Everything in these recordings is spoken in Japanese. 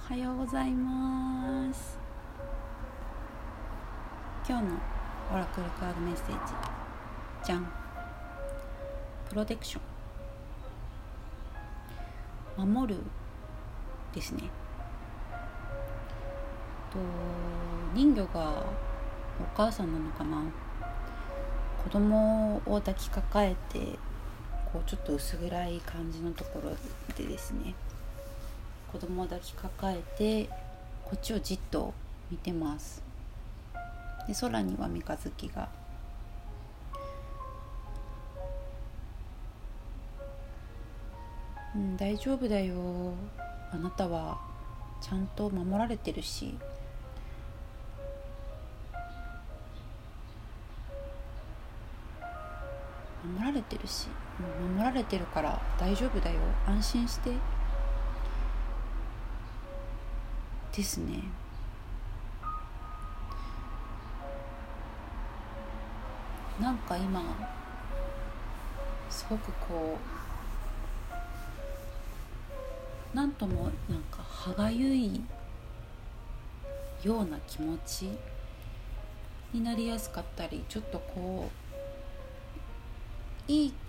はようございます。今日のオラクルカードメッセージじゃん。プロテクション、守るですね。人魚がお母さんなのかな。子供を抱きかかえてちょっと薄暗い感じのところでですね、子供を抱きかかえてこっちをじっと見てます。で、空には三日月が。大丈夫だよ、あなたはちゃんと守られてるし、守られてるから大丈夫だよ、安心してですね。なんか今すごくなんともなんか歯がゆいような気持ちになりやすかったり、ちょっといい、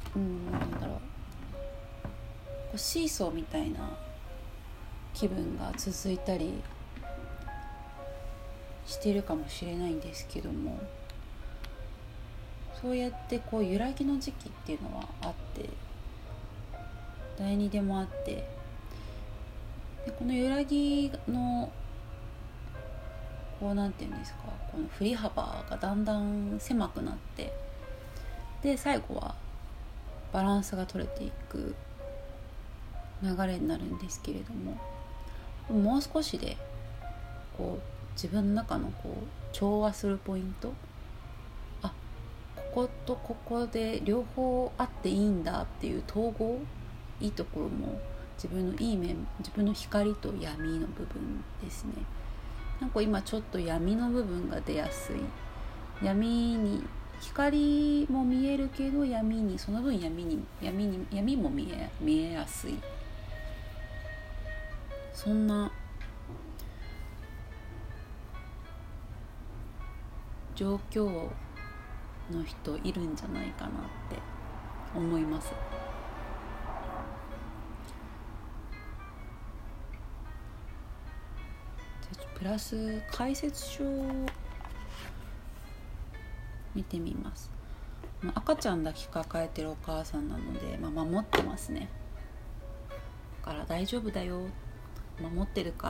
シーソーみたいな気分が続いたりしてるかもしれないんですけども、そうやって揺らぎの時期っていうのはあって、誰にでもあって、でこの揺らぎのなんていうんですか、この振り幅がだんだん狭くなって、で最後はバランスが取れていく流れになるんですけれども、もう少しで自分の中の調和するポイント、こことここで両方あっていいんだっていう統合、いいところも自分のいい面、自分の光と闇の部分ですね。なんか今ちょっと闇の部分が出やすい、闇に光も見えるけどその分闇も見えやすい、そんな状況の人いるんじゃないかなって思います。プラス解説書を見てみます。赤ちゃん抱きかかえてるお母さんなので、守ってますね。だから大丈夫だよ、守ってるから、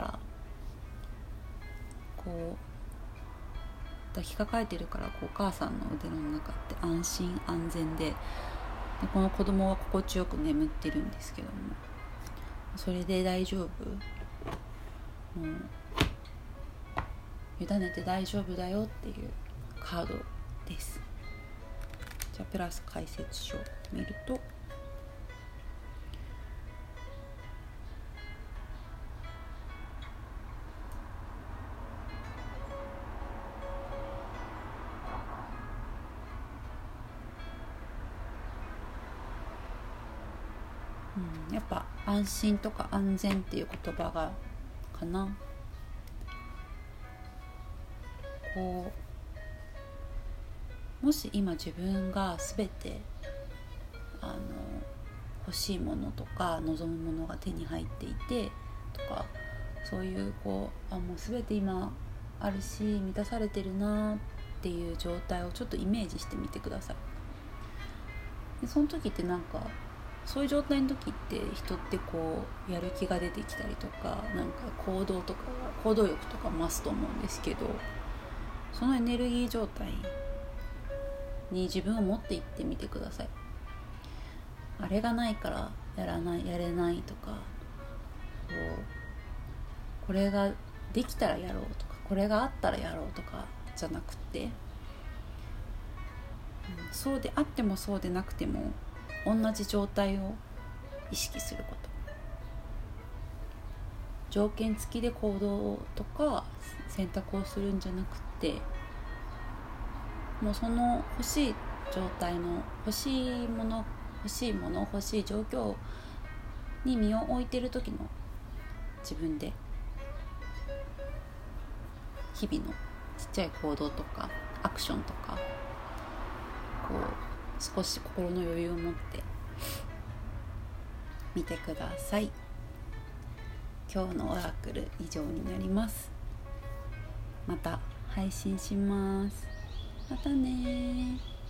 抱きかかえてるからお母さんの腕の中って安心安全で、この子供は心地よく眠ってるんですけども、それで大丈夫、もう委ねて大丈夫だよっていうカードです。じゃあプラス解説書を見ると、やっぱ安心とか安全っていう言葉がかな。もし今自分が全て欲しいものとか望むものが手に入っていてとか、そういうもう全て今あるし満たされてるなっていう状態をちょっとイメージしてみてください。でその時ってそういう状態の時って人ってやる気が出てきたりとか、行動力とか増すと思うんですけど、そのエネルギー状態に自分を持っていってみてください。あれがないからやれないとか、これができたらやろうとか、これがあったらやろうとかじゃなくて、そうであってもそうでなくても同じ状態を意識すること、条件付きで行動とか選択をするんじゃなくて、もうその欲しい状態の欲しいもの欲しい状況に身を置いてる時の自分で日々のちっちゃい行動とかアクションとかこう少し心の余裕を持って見てください。今日のオラクル以上になります。また配信します。またね。